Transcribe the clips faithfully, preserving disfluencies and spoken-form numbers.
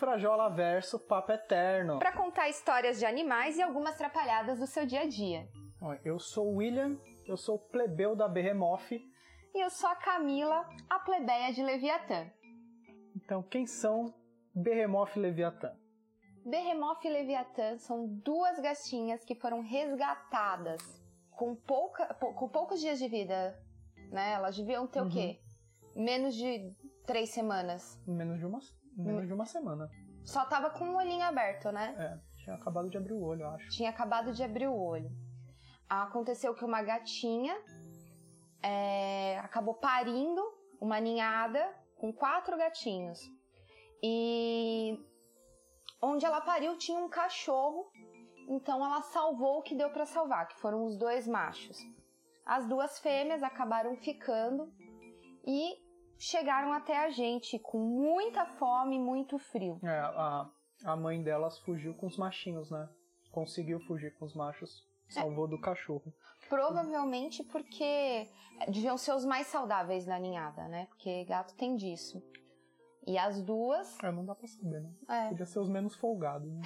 Frajola Verso Papo Eterno. Para contar histórias de animais e algumas trapalhadas do seu dia a dia. Eu sou o William, eu sou o plebeu da Behemoth. E eu sou a Camila, a plebeia de Leviatã. Então, quem são Behemoth e Leviatã? Behemoth e Leviatã são duas gatinhas que foram resgatadas com, pouca, com poucos dias de vida, né? Elas deviam ter uhum. o quê? Menos de três semanas. Menos de uma, menos de uma semana. Só tava com o olhinho aberto, né? É, tinha acabado de abrir o olho, eu acho. Tinha acabado de abrir o olho. Aconteceu que uma gatinha é, acabou parindo uma ninhada com quatro gatinhos. E onde ela pariu tinha um cachorro, então ela salvou o que deu para salvar, que foram os dois machos. As duas fêmeas acabaram ficando e chegaram até a gente com muita fome e muito frio. É, a, a mãe delas fugiu com os machinhos, né? Conseguiu fugir com os machos, salvou é. do cachorro. Provavelmente porque deviam ser os mais saudáveis na ninhada, né? Porque gato tem disso. E as duas... É, não dá pra saber, né? É. Podia ser os menos folgados, né?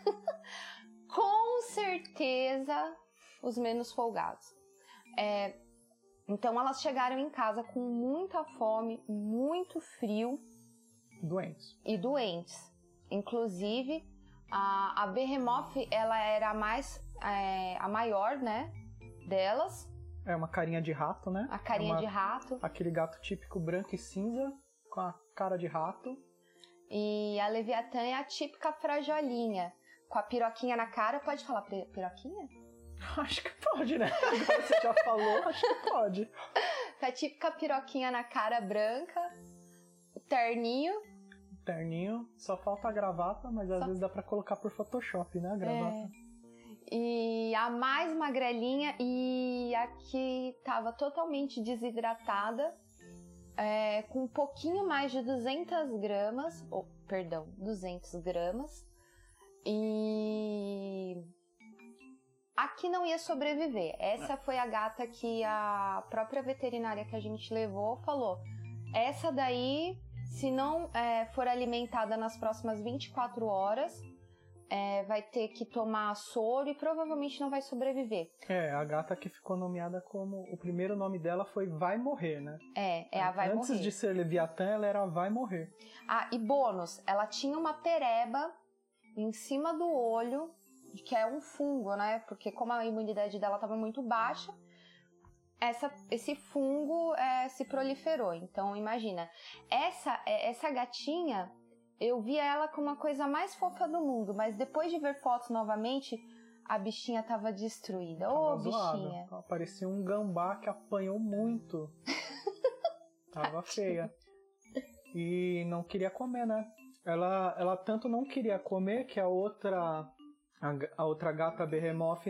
Com certeza, os menos folgados. É, então, elas chegaram em casa com muita fome, muito frio. Doentes. E doentes. Inclusive, a, a Behemoth, ela era a mais... É, a maior, né? Delas. É uma carinha de rato, né? A carinha é uma, de rato. Aquele gato típico branco e cinza, com a cara de rato. E a Leviatã é a típica frajolinha, com a piroquinha na cara. Pode falar piroquinha? Acho que pode, né? Agora você já falou, acho que pode. A típica piroquinha na cara branca, o terninho. Terninho, só falta a gravata, mas às só... vezes dá pra colocar por Photoshop, né? A gravata. É. E a mais magrelinha e a que tava totalmente desidratada, é, com um pouquinho mais de duzentas gramas, oh, perdão, duzentas gramas, e a que não ia sobreviver. Essa foi a gata que a própria veterinária que a gente levou falou, essa daí, se não é, for alimentada nas próximas vinte e quatro horas... É, vai ter que tomar soro e provavelmente não vai sobreviver. É, a gata que ficou nomeada como... O primeiro nome dela foi Vai Morrer, né? É, é a Vai Antes Morrer. Antes de ser Leviatã, ela era Vai Morrer. Ah, e bônus, ela tinha uma pereba em cima do olho, que é um fungo, né? Porque como a imunidade dela estava muito baixa, essa, esse fungo é, se proliferou. Então, imagina, essa, essa gatinha... Eu via ela como a coisa mais fofa do mundo, mas depois de ver fotos novamente, a bichinha tava destruída. Ô, oh, bichinha. Ela parecia um gambá que apanhou muito. Tava feia. E não queria comer, né? Ela, ela tanto não queria comer que a outra, a, a outra gata Behemoth,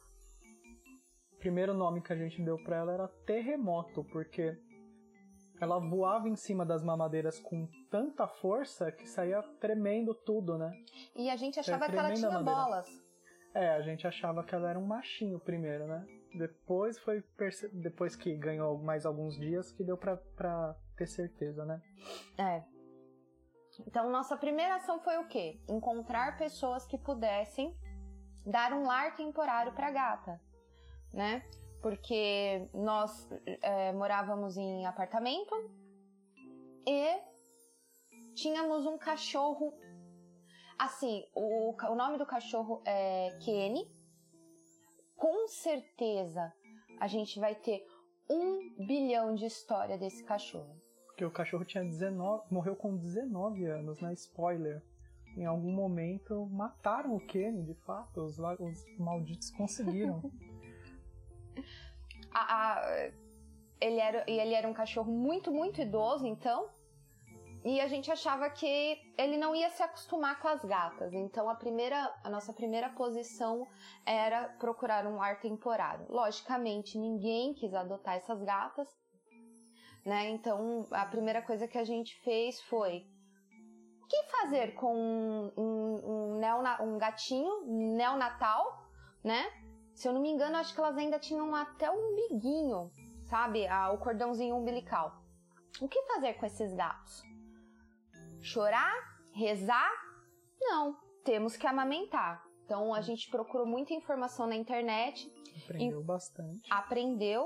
o primeiro nome que a gente deu pra ela era Terremoto, porque... Ela voava em cima das mamadeiras com tanta força que saía tremendo tudo, né? E a gente achava que ela tinha madeira. bolas. É, a gente achava que ela era um machinho primeiro, né? Depois foi perce... depois que ganhou mais alguns dias que deu pra, pra ter certeza, né? É. Então, nossa primeira ação foi o quê? Encontrar pessoas que pudessem dar um lar temporário pra gata, né? Porque nós é, morávamos em apartamento e tínhamos um cachorro, assim, o, o nome do cachorro é Kenny. Com certeza a gente vai ter um bilhão de história desse cachorro. Porque o cachorro tinha dezenove, morreu com dezenove anos, né? Spoiler. Em algum momento mataram o Kenny, de fato, os, os malditos conseguiram. A, a, ele, era, ele era um cachorro muito, muito idoso, então, e a gente achava que ele não ia se acostumar com as gatas. Então, a, primeira, a nossa primeira posição era procurar um lar temporário. Logicamente, ninguém quis adotar essas gatas, né? Então, a primeira coisa que a gente fez foi... O que fazer com um, um, um, neona, um gatinho neonatal, né? Se eu não me engano, acho que elas ainda tinham até o umbiguinho, sabe? Ah, o cordãozinho umbilical. O que fazer com esses gatos? Chorar Rezar? Não, temos que amamentar. Então a gente procurou muita informação na internet. Aprendeu em... bastante. Aprendeu.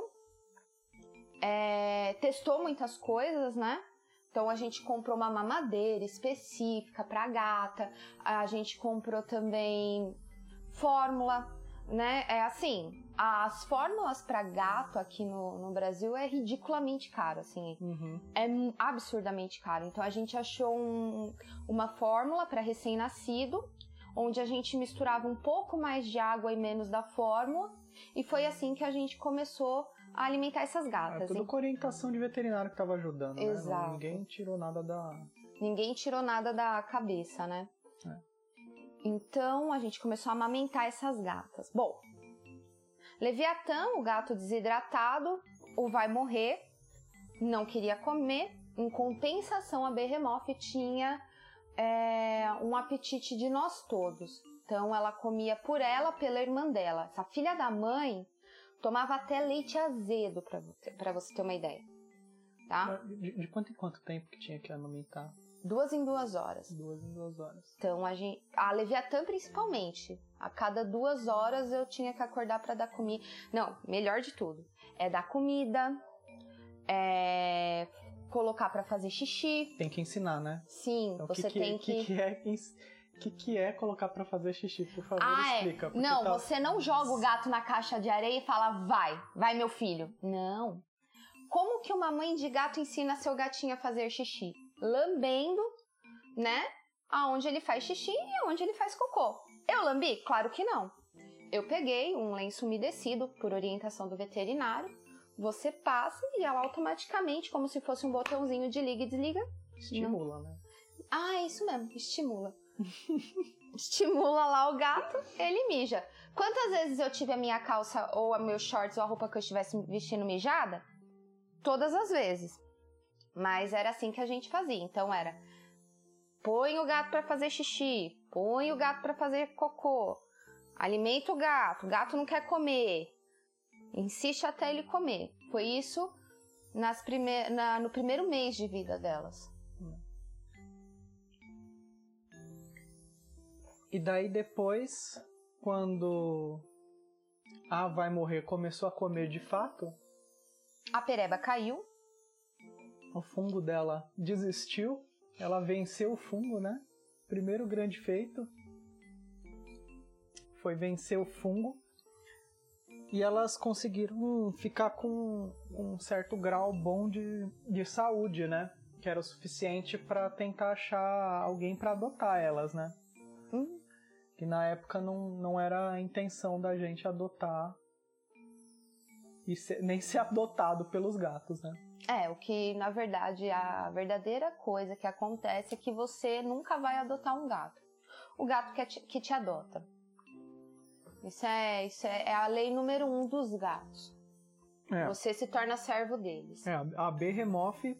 É... Testou muitas coisas, né? Então a gente comprou uma mamadeira específica para gata. A gente comprou também fórmula, né? É assim, as fórmulas para gato aqui no, no Brasil é ridiculamente caro, assim. Uhum. É absurdamente caro. Então a gente achou um, uma fórmula para recém-nascido, onde a gente misturava um pouco mais de água e menos da fórmula. E foi assim que a gente começou a alimentar essas gatas. É tudo com orientação de veterinário que tava ajudando, Exato. né? Ninguém tirou nada da... Ninguém tirou nada da cabeça, né? É. Então, a gente começou a amamentar essas gatas. Bom, Leviatã, o gato desidratado, o vai morrer, não queria comer. Em compensação, a Behemoth tinha é, um apetite de nós todos. Então, ela comia por ela, pela irmã dela. Essa filha da mãe tomava até leite azedo, pra você, pra você ter uma ideia. Tá? De, de quanto em quanto tempo que tinha que amamentar? Duas em duas horas. Duas em duas horas. Então, a, gente, a Leviatã principalmente. A cada duas horas eu tinha que acordar pra dar comida. Não, melhor de tudo. É dar comida, é colocar pra fazer xixi. Tem que ensinar, né? Sim, então, você que tem que... O que, que é... O que, que é colocar pra fazer xixi? Por favor, ah, explica. É. Não, tá... você não joga o gato na caixa de areia e fala, vai, vai meu filho. Não. Como que uma mãe de gato ensina seu gatinho a fazer xixi? Lambendo, né? Aonde ele faz xixi e aonde ele faz cocô. Eu lambi? Claro que não. Eu peguei um lenço umedecido por orientação do veterinário. Você passa e ela automaticamente, como se fosse um botãozinho de liga e desliga. Estimula, não. né? Ah, é isso mesmo, estimula. Estimula lá o gato, ele mija. Quantas vezes eu tive a minha calça ou a meus shorts ou a roupa que eu estivesse vestindo mijada? Todas as vezes. Mas era assim que a gente fazia. Então era, põe o gato para fazer xixi, põe o gato para fazer cocô, alimenta o gato, o gato não quer comer, insiste até ele comer. Foi isso nas prime- na, no primeiro mês de vida delas. E daí depois, quando a vai morrer começou a comer de fato, a pereba caiu. O fungo dela desistiu. Ela venceu o fungo, né? Primeiro grande feito foi vencer o fungo. E elas conseguiram ficar com um certo grau bom de, de saúde, né? Que era o suficiente para tentar achar alguém para adotar elas, né? Hum. Que na época não, não era a intenção da gente adotar e ser, nem ser adotado pelos gatos, né? É, o que na verdade a verdadeira coisa que acontece é que você nunca vai adotar um gato. O gato que te, que te adota. Isso, é, isso é, é a lei número um dos gatos. É. Você se torna servo deles. É, a Behemoth,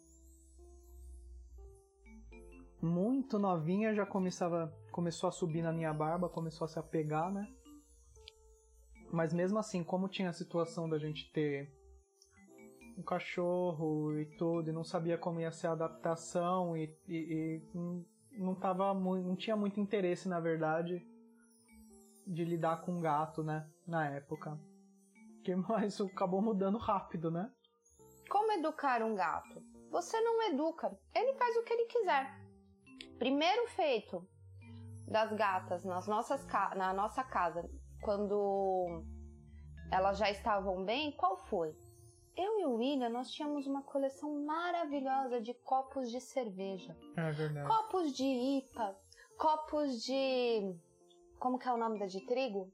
muito novinha, já começava, começou a subir na minha barba, começou a se apegar, né? Mas mesmo assim, como tinha a situação da gente ter um cachorro e tudo, e não sabia como ia ser a adaptação, e, e, e não, tava, não tinha muito interesse, na verdade, de lidar com gato, né? Na época. Mas isso acabou mudando rápido, né? Como educar um gato? Você não educa, ele faz o que ele quiser. Primeiro feito das gatas nas nossas, na nossa casa, quando elas já estavam bem, qual foi? Eu e o William, nós tínhamos uma coleção maravilhosa de copos de cerveja. É verdade. Copos de I P A, copos de... Como que é o nome da de trigo?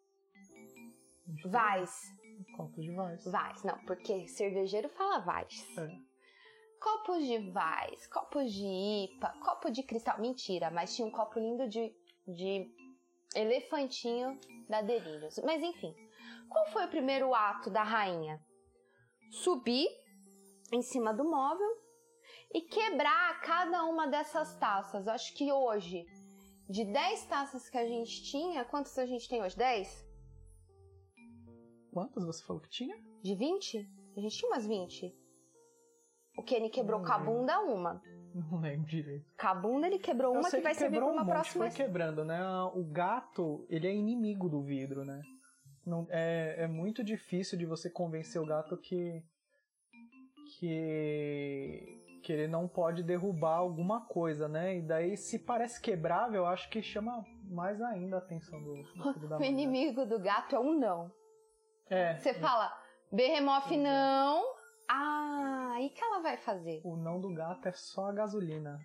Weiss. Copos de Weiss. Weiss, não, porque cervejeiro fala Weiss. É. Copos de Weiss, copos de I P A, copo de cristal. Mentira, mas tinha um copo lindo de, de elefantinho da Delírios. Mas enfim, qual foi o primeiro ato da rainha? Subir em cima do móvel e quebrar cada uma dessas taças. Eu acho que hoje, de dez taças que a gente tinha, quantas a gente tem hoje? dez? Quantas você falou que tinha? De vinte? A gente tinha umas vinte. O Kenny quebrou com a bunda uma. Não lembro direito. Com a bunda ele quebrou uma que vai que servir pra uma um próxima. Foi quebrando, né? O gato, ele é inimigo do vidro, né? Não, é, é muito difícil de você convencer o gato que, que, que ele não pode derrubar alguma coisa, né? E daí, se parece quebrável, eu acho que chama mais ainda a atenção do, do filho da O mãe, inimigo né? do gato é um não. É. Você fala, Behemoth não. Ah, aí que ela vai fazer? O não do gato é só a gasolina.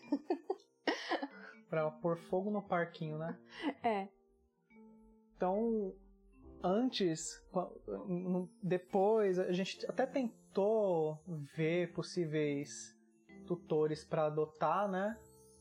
Pra pôr fogo no parquinho, né? É. Então, antes, depois, a gente até tentou ver possíveis tutores para adotar, né?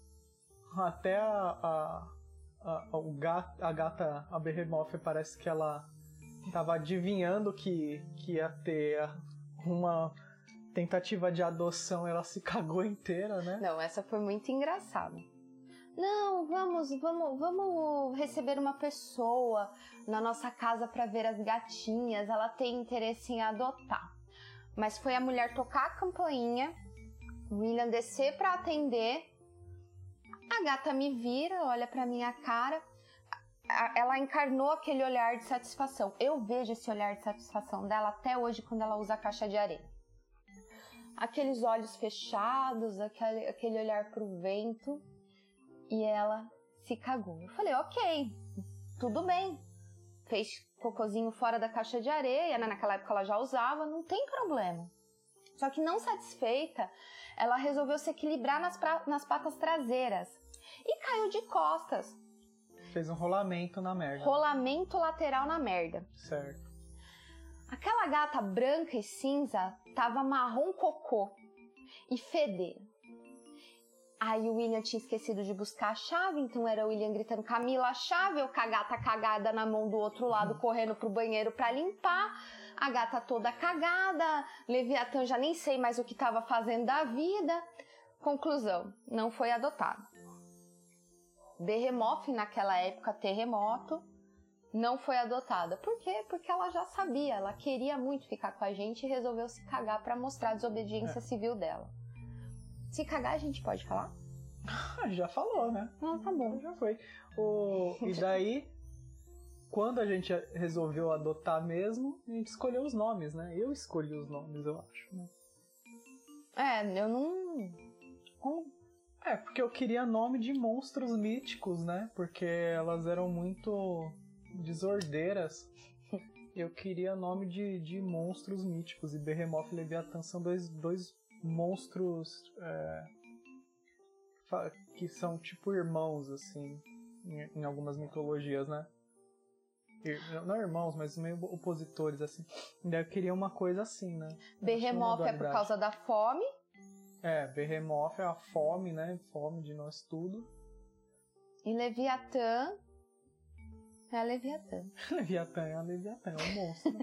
Até a, a, a, o gato, a gata, a Behemoth, parece que ela estava adivinhando que, que ia ter uma tentativa de adoção, ela se cagou inteira, né? Não, essa foi muito engraçada. Não, vamos, vamos, vamos receber uma pessoa na nossa casa para ver as gatinhas. Ela tem interesse em adotar. Mas foi a mulher tocar a campainha, o William descer para atender. A gata me vira, olha para minha cara. Ela encarnou aquele olhar de satisfação. Eu vejo esse olhar de satisfação dela até hoje quando ela usa a caixa de areia. Aqueles olhos fechados, aquele, aquele olhar pro vento. E ela se cagou. Eu falei, ok, tudo bem. Fez cocôzinho fora da caixa de areia, né? Naquela época ela já usava, não tem problema. Só que não satisfeita, ela resolveu se equilibrar nas, pra... nas patas traseiras. E caiu de costas. Fez um rolamento na merda. Rolamento lateral na merda. Certo. Aquela gata branca e cinza tava marrom cocô e fedendo. Aí o William tinha esquecido de buscar a chave, então era o William gritando, Camila, a chave, eu com a gata cagada na mão do outro lado, correndo pro banheiro pra limpar, a gata toda cagada, Leviatã já nem sei mais o que tava fazendo da vida. Conclusão, não foi adotado. Behemoth, naquela época, terremoto, não foi adotada. Por quê? Porque ela já sabia, ela queria muito ficar com a gente e resolveu se cagar pra mostrar a desobediência é. civil dela. Se cagar, a gente pode falar? Já falou, né? Ah, tá bom. Já foi. O... E daí, quando a gente resolveu adotar mesmo, a gente escolheu os nomes, né? Eu escolhi os nomes, eu acho. Né? É, eu não... Como? É, porque eu queria nome de monstros míticos, né? Porque elas eram muito desordeiras. Eu queria nome de, de monstros míticos. E Behemoth e Leviatã são dois, dois monstros é, que são tipo irmãos, assim, em, em algumas mitologias, né? Não irmãos, mas meio opositores, assim. E daí eu queria uma coisa assim, né? Behemoth é por causa da fome. É, Behemoth é a fome, né? Fome de nós tudo. E Leviatã é a Leviatã. Leviatã é a Leviatã, é um monstro.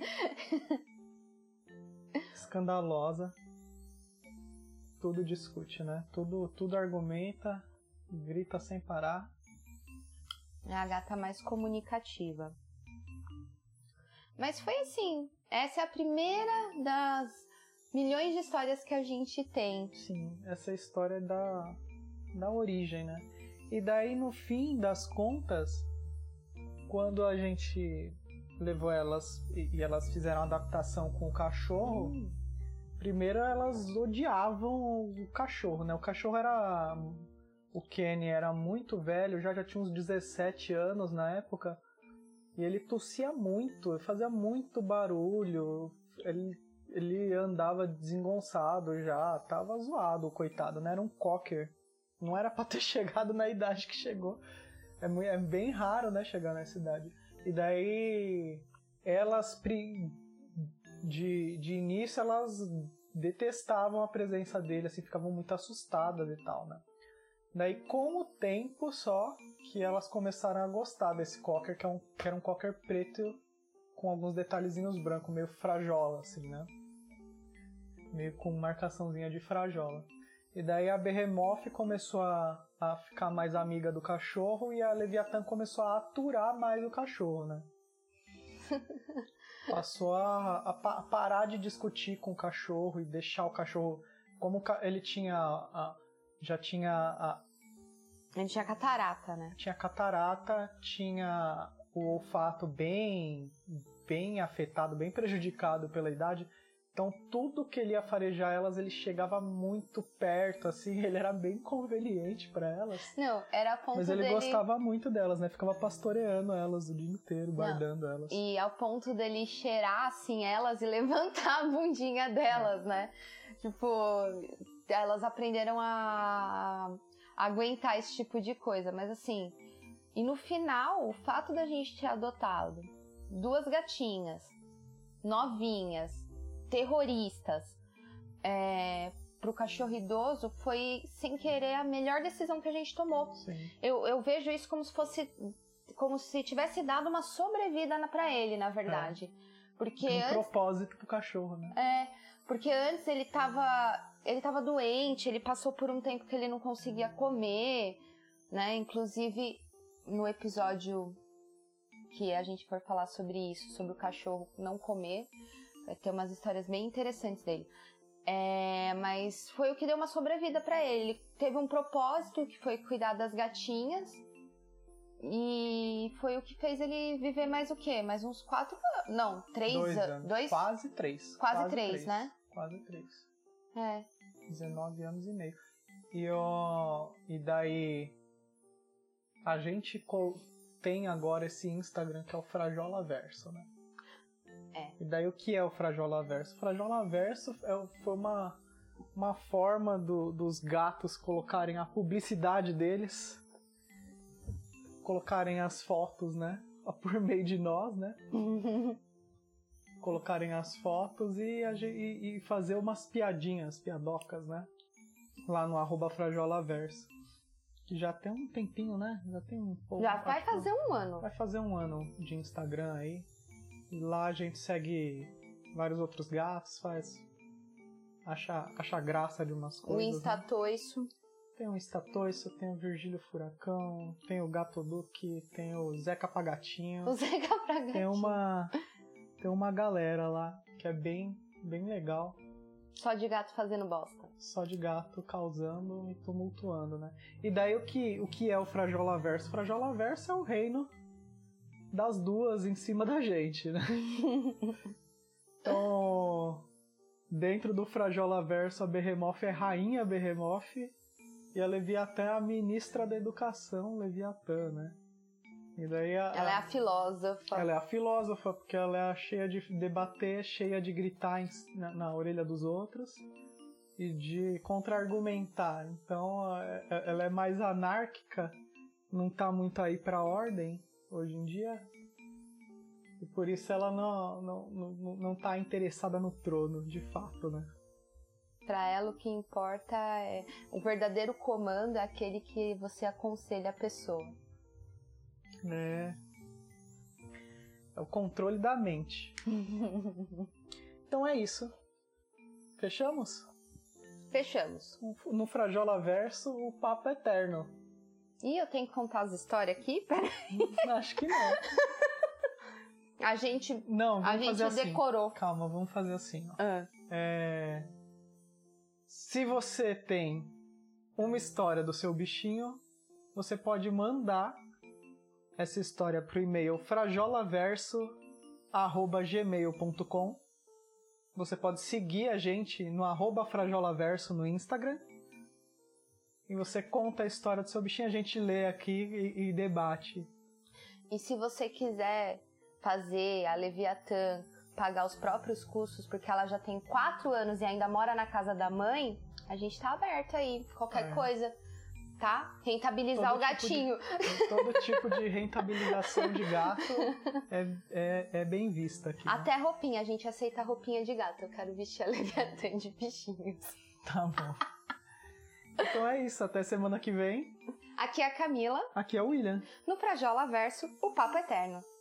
Escandalosa. Tudo discute, né? Tudo, tudo argumenta, grita sem parar. É a gata mais comunicativa. Mas foi assim, essa é a primeira das milhões de histórias que a gente tem. Sim, essa é a história da, da origem, né? E daí, no fim das contas, quando a gente levou elas e, e elas fizeram a adaptação com o cachorro, hum. primeiro elas odiavam o cachorro, né? O cachorro era... O Kenny era muito velho, já, já tinha uns dezessete anos na época, e ele tossia muito, fazia muito barulho, ele... Ele andava desengonçado já, tava zoado, coitado, né? Era um cocker. Não era pra ter chegado na idade que chegou. É, muito, é bem raro, né, chegar nessa idade. E daí, elas, de, de início, elas detestavam a presença dele, assim, ficavam muito assustadas e tal, né? Daí, com o tempo só, que elas começaram a gostar desse cocker, que, é um, que era um cocker preto com alguns detalhezinhos brancos, meio frajola, assim, né? Meio com marcaçãozinha de frajola. E daí a Behemoth começou a, a ficar mais amiga do cachorro e a Leviatã começou a aturar mais o cachorro, né? Passou a, a, a parar de discutir com o cachorro e deixar o cachorro... Como ele tinha a, já tinha a, Ele tinha catarata, né? Tinha catarata, tinha o olfato bem, bem afetado, bem prejudicado pela idade. Então, tudo que ele ia farejar elas, ele chegava muito perto, assim, ele era bem conveniente para elas. Não, era a ponto Mas ele dele... gostava muito delas, né? Ficava pastoreando elas o dia inteiro, guardando Não. elas. E ao ponto dele cheirar, assim, elas e levantar a bundinha delas, é. né? Tipo, elas aprenderam a... aguentar esse tipo de coisa, mas assim, e no final, o fato da gente ter adotado duas gatinhas, novinhas, terroristas, é, pro cachorro idoso, foi, sem querer, a melhor decisão que a gente tomou. Eu, eu vejo isso como se fosse, como se tivesse dado uma sobrevida pra ele, na verdade. É. Porque um antes, propósito pro cachorro, né? É, porque antes ele tava... Ele tava doente, ele passou por um tempo que ele não conseguia comer, né? Inclusive, no episódio que a gente for falar sobre isso, sobre o cachorro não comer, vai ter umas histórias bem interessantes dele. É, mas foi o que deu uma sobrevida pra ele. Ele teve um propósito, que foi cuidar das gatinhas, e foi o que fez ele viver mais o quê? Mais uns quatro anos? Não, três dois anos. anos. Dois? Quase três. Quase, Quase três, três, né? Quase três. É. dezenove anos e meio. E, ó, e daí a gente tem agora esse Instagram que é o Frajola Verso, né? É. E daí o que é o Frajola Verso? O Frajola Verso é, foi uma, uma forma do, dos gatos colocarem a publicidade deles, colocarem as fotos, né? Por meio de nós, né? Colocarem as fotos e, e, e fazer umas piadinhas, piadocas, né? Lá no arroba frajolaverso. Que já tem um tempinho, né? Já tem um pouco. Já vai fazer um ano. Vai fazer um ano de Instagram aí. E lá a gente segue vários outros gatos, faz. Acha, acha graça de umas coisas. O Instatoiço. Né? Tem o Instatoiço, tem o Virgílio Furacão, tem o Gato Duque, tem o Zeca Pagatinho. O Zeca Pagatinho. Tem uma. Tem uma galera lá que é bem, bem legal. Só de gato fazendo bosta. Só de gato causando e tumultuando, né? E daí o que, o que é o Frajolaverso? O Frajolaverso é o reino das duas em cima da gente, né? Então, dentro do Frajolaverso, a Behemoth é rainha Behemoth e a Leviatã é a ministra da educação Leviatã, né? E daí a, ela é a filósofa. Ela é a filósofa, porque ela é cheia de debater, cheia de gritar em, na, na orelha dos outros e de contra-argumentar. Então, ela é mais anárquica, não tá muito aí pra ordem hoje em dia. E por isso ela não, não, não, não tá interessada no trono, de fato, né? Pra ela o que importa é... O verdadeiro comando é aquele que você aconselha a pessoa. É. É o controle da mente. Então é isso. Fechamos? Fechamos. No Frajolaverso, o papo é eterno. Ih, eu tenho que contar as histórias aqui? Peraí. Acho que não. A gente, não, vamos a gente fazer decorou. Assim. Calma, vamos fazer assim. Ó. Ah. É... Se você tem uma história do seu bichinho, você pode mandar essa história pro e-mail frajolaverso arroba gmail ponto com. Você pode seguir a gente no arroba frajolaverso no Instagram. E você conta a história do seu bichinho, a gente lê aqui e, e debate. E se você quiser fazer a Leviatã pagar os próprios custos, porque ela já tem quatro anos e ainda mora na casa da mãe, a gente tá aberto aí, qualquer é. coisa. Tá? Rentabilizar todo o gatinho. Tipo de, todo tipo de rentabilização de gato é, é, é bem vista aqui. Até né? roupinha, a gente aceita roupinha de gato. Eu quero vestir a Leviatã de bichinhos. Tá bom. Então é isso, até semana que vem. Aqui é a Camila. Aqui é o William. No Frajola Verso, o Papo Eterno.